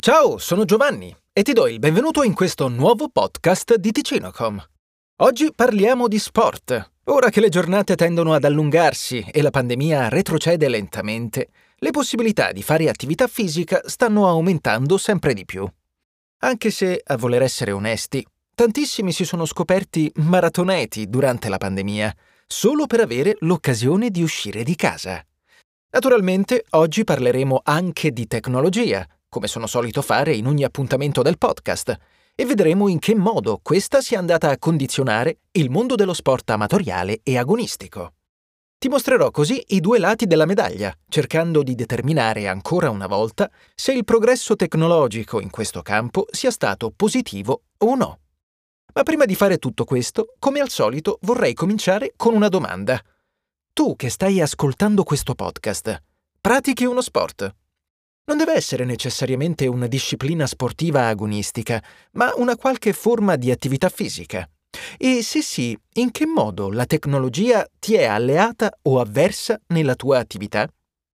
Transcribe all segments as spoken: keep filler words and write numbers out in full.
Ciao, sono Giovanni e ti do il benvenuto in questo nuovo podcast di Ticinocom. Oggi parliamo di sport. Ora che le giornate tendono ad allungarsi e la pandemia retrocede lentamente, le possibilità di fare attività fisica stanno aumentando sempre di più. Anche se, a voler essere onesti, tantissimi si sono scoperti maratoneti durante la pandemia, solo per avere l'occasione di uscire di casa. Naturalmente, oggi parleremo anche di tecnologia, come sono solito fare in ogni appuntamento del podcast, e vedremo in che modo questa sia andata a condizionare il mondo dello sport amatoriale e agonistico. Ti mostrerò così i due lati della medaglia, cercando di determinare ancora una volta se il progresso tecnologico in questo campo sia stato positivo o no. Ma prima di fare tutto questo, come al solito, vorrei cominciare con una domanda. Tu che stai ascoltando questo podcast, pratichi uno sport? Non deve essere necessariamente una disciplina sportiva agonistica, ma una qualche forma di attività fisica. E se sì, in che modo la tecnologia ti è alleata o avversa nella tua attività?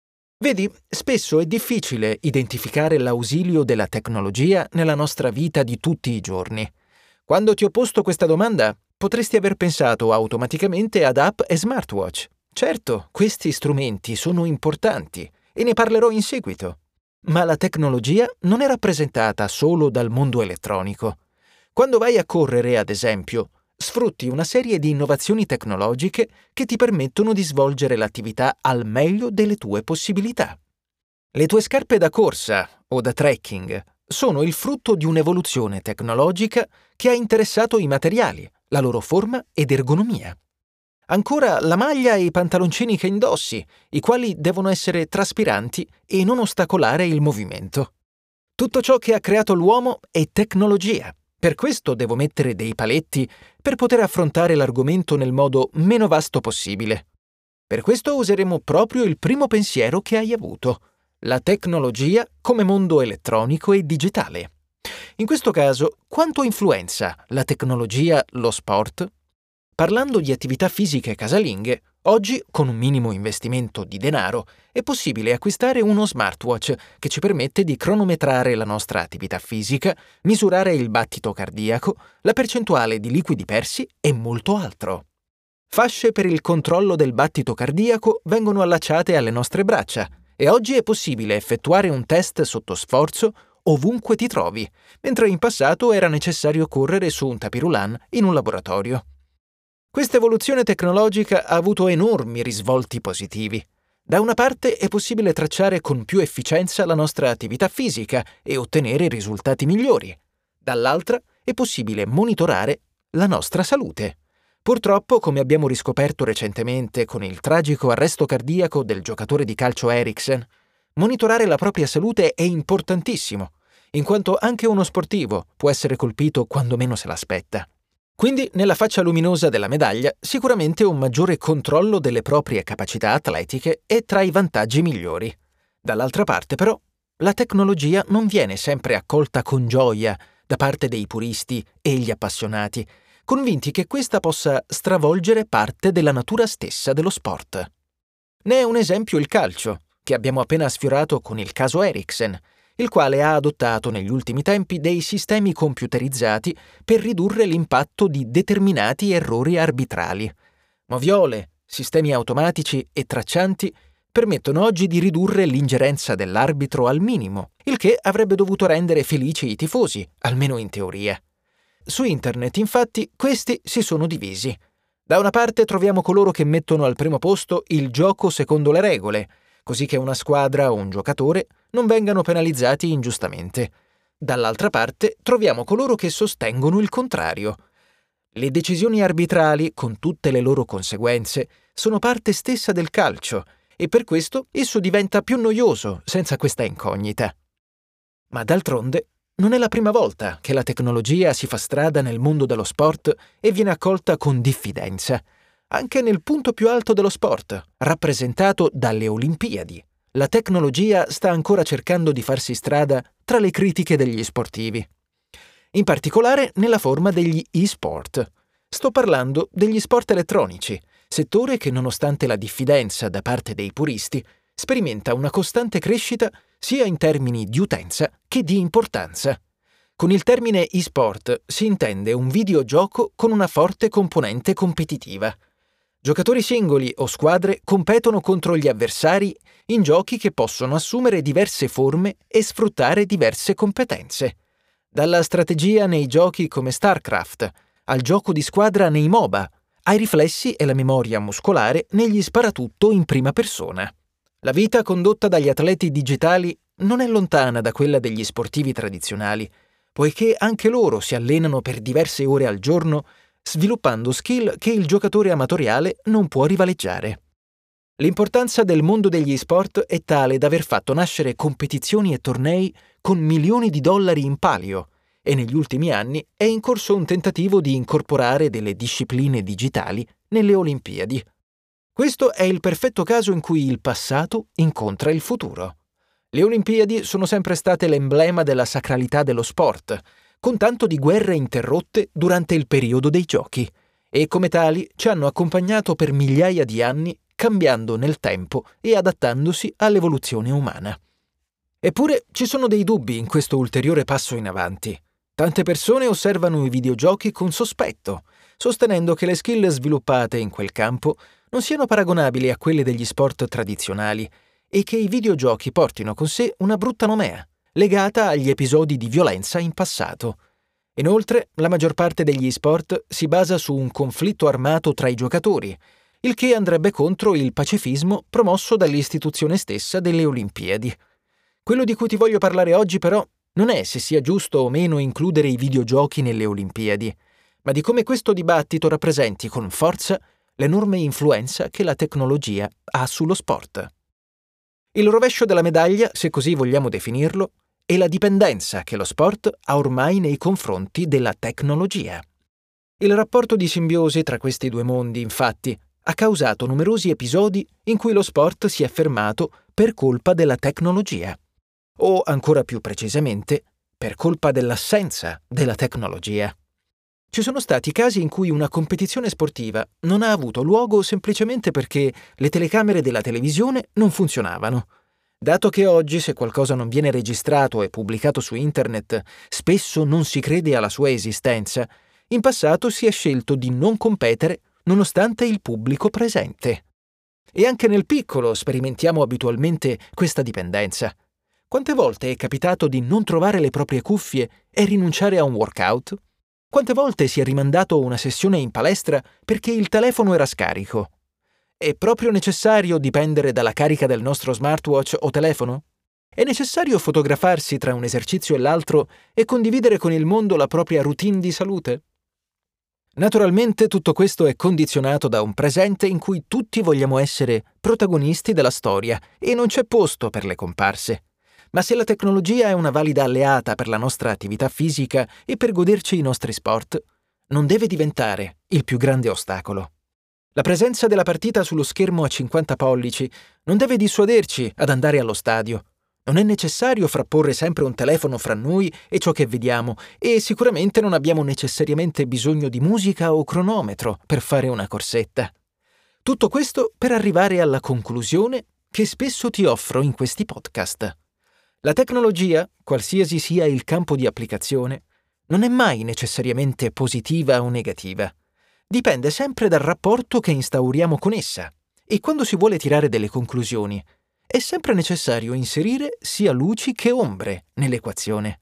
Vedi, spesso è difficile identificare l'ausilio della tecnologia nella nostra vita di tutti i giorni. Quando ti ho posto questa domanda, potresti aver pensato automaticamente ad app e smartwatch. Certo, questi strumenti sono importanti e ne parlerò in seguito. Ma la tecnologia non è rappresentata solo dal mondo elettronico. Quando vai a correre, ad esempio, sfrutti una serie di innovazioni tecnologiche che ti permettono di svolgere l'attività al meglio delle tue possibilità. Le tue scarpe da corsa o da trekking sono il frutto di un'evoluzione tecnologica che ha interessato i materiali, la loro forma ed ergonomia. Ancora la maglia e i pantaloncini che indossi, i quali devono essere traspiranti e non ostacolare il movimento. Tutto ciò che ha creato l'uomo è tecnologia. Per questo devo mettere dei paletti per poter affrontare l'argomento nel modo meno vasto possibile. Per questo useremo proprio il primo pensiero che hai avuto, la tecnologia come mondo elettronico e digitale. In questo caso, quanto influenza la tecnologia lo sport? Parlando di attività fisiche casalinghe, oggi, con un minimo investimento di denaro, è possibile acquistare uno smartwatch che ci permette di cronometrare la nostra attività fisica, misurare il battito cardiaco, la percentuale di liquidi persi e molto altro. Fasce per il controllo del battito cardiaco vengono allacciate alle nostre braccia e oggi è possibile effettuare un test sotto sforzo ovunque ti trovi, mentre in passato era necessario correre su un tapirulan in un laboratorio. Questa evoluzione tecnologica ha avuto enormi risvolti positivi. Da una parte è possibile tracciare con più efficienza la nostra attività fisica e ottenere risultati migliori. Dall'altra è possibile monitorare la nostra salute. Purtroppo, come abbiamo riscoperto recentemente con il tragico arresto cardiaco del giocatore di calcio Eriksen, monitorare la propria salute è importantissimo, in quanto anche uno sportivo può essere colpito quando meno se l'aspetta. Quindi, nella faccia luminosa della medaglia, sicuramente un maggiore controllo delle proprie capacità atletiche è tra i vantaggi migliori. Dall'altra parte, però, la tecnologia non viene sempre accolta con gioia da parte dei puristi e gli appassionati, convinti che questa possa stravolgere parte della natura stessa dello sport. Ne è un esempio il calcio, che abbiamo appena sfiorato con il caso Eriksen, il quale ha adottato negli ultimi tempi dei sistemi computerizzati per ridurre l'impatto di determinati errori arbitrali. Moviole, sistemi automatici e traccianti permettono oggi di ridurre l'ingerenza dell'arbitro al minimo, il che avrebbe dovuto rendere felici i tifosi, almeno in teoria. Su internet, infatti, questi si sono divisi. Da una parte troviamo coloro che mettono al primo posto il gioco secondo le regole, così che una squadra o un giocatore non vengano penalizzati ingiustamente. Dall'altra parte troviamo coloro che sostengono il contrario. Le decisioni arbitrali, con tutte le loro conseguenze, sono parte stessa del calcio e per questo esso diventa più noioso senza questa incognita. Ma d'altronde non è la prima volta che la tecnologia si fa strada nel mondo dello sport e viene accolta con diffidenza. Anche nel punto più alto dello sport, rappresentato dalle Olimpiadi, la tecnologia sta ancora cercando di farsi strada tra le critiche degli sportivi. In particolare nella forma degli e-sport. Sto parlando degli sport elettronici, settore che, nonostante la diffidenza da parte dei puristi, sperimenta una costante crescita sia in termini di utenza che di importanza. Con il termine e-sport si intende un videogioco con una forte componente competitiva. Giocatori singoli o squadre competono contro gli avversari in giochi che possono assumere diverse forme e sfruttare diverse competenze. Dalla strategia nei giochi come StarCraft, al gioco di squadra nei MOBA, ai riflessi e la memoria muscolare negli sparatutto in prima persona. La vita condotta dagli atleti digitali non è lontana da quella degli sportivi tradizionali, poiché anche loro si allenano per diverse ore al giorno, sviluppando skill che il giocatore amatoriale non può rivaleggiare. L'importanza del mondo degli sport è tale da aver fatto nascere competizioni e tornei con milioni di dollari in palio, e negli ultimi anni è in corso un tentativo di incorporare delle discipline digitali nelle Olimpiadi. Questo è il perfetto caso in cui il passato incontra il futuro. Le Olimpiadi sono sempre state l'emblema della sacralità dello sport, con tanto di guerre interrotte durante il periodo dei giochi, e come tali ci hanno accompagnato per migliaia di anni, cambiando nel tempo e adattandosi all'evoluzione umana. Eppure ci sono dei dubbi in questo ulteriore passo in avanti. Tante persone osservano i videogiochi con sospetto, sostenendo che le skill sviluppate in quel campo non siano paragonabili a quelle degli sport tradizionali e che i videogiochi portino con sé una brutta nomea, legata agli episodi di violenza in passato. Inoltre, la maggior parte degli sport si basa su un conflitto armato tra i giocatori, il che andrebbe contro il pacifismo promosso dall'istituzione stessa delle Olimpiadi. Quello di cui ti voglio parlare oggi, però, non è se sia giusto o meno includere i videogiochi nelle Olimpiadi, ma di come questo dibattito rappresenti con forza l'enorme influenza che la tecnologia ha sullo sport. Il rovescio della medaglia, se così vogliamo definirlo, è la dipendenza che lo sport ha ormai nei confronti della tecnologia. Il rapporto di simbiosi tra questi due mondi, infatti, ha causato numerosi episodi in cui lo sport si è fermato per colpa della tecnologia, o ancora più precisamente, per colpa dell'assenza della tecnologia. Ci sono stati casi in cui una competizione sportiva non ha avuto luogo semplicemente perché le telecamere della televisione non funzionavano. Dato che oggi se qualcosa non viene registrato e pubblicato su internet, spesso non si crede alla sua esistenza, in passato si è scelto di non competere nonostante il pubblico presente. E anche nel piccolo sperimentiamo abitualmente questa dipendenza. Quante volte è capitato di non trovare le proprie cuffie e rinunciare a un workout? Quante volte si è rimandato una sessione in palestra perché il telefono era scarico? È proprio necessario dipendere dalla carica del nostro smartwatch o telefono? È necessario fotografarsi tra un esercizio e l'altro e condividere con il mondo la propria routine di salute? Naturalmente tutto questo è condizionato da un presente in cui tutti vogliamo essere protagonisti della storia e non c'è posto per le comparse. Ma se la tecnologia è una valida alleata per la nostra attività fisica e per goderci i nostri sport, non deve diventare il più grande ostacolo. La presenza della partita sullo schermo a cinquanta pollici non deve dissuaderci ad andare allo stadio. Non è necessario frapporre sempre un telefono fra noi e ciò che vediamo, e sicuramente non abbiamo necessariamente bisogno di musica o cronometro per fare una corsetta. Tutto questo per arrivare alla conclusione che spesso ti offro in questi podcast. La tecnologia, qualsiasi sia il campo di applicazione, non è mai necessariamente positiva o negativa. Dipende sempre dal rapporto che instauriamo con essa, e quando si vuole tirare delle conclusioni, è sempre necessario inserire sia luci che ombre nell'equazione.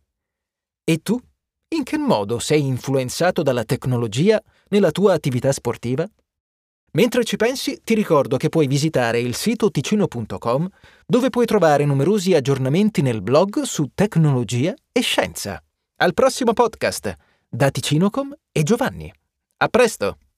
E tu? In che modo sei influenzato dalla tecnologia nella tua attività sportiva? Mentre ci pensi, ti ricordo che puoi visitare il sito ticino punto com, dove puoi trovare numerosi aggiornamenti nel blog su tecnologia e scienza. Al prossimo podcast, da Ticinocom e Giovanni. A presto!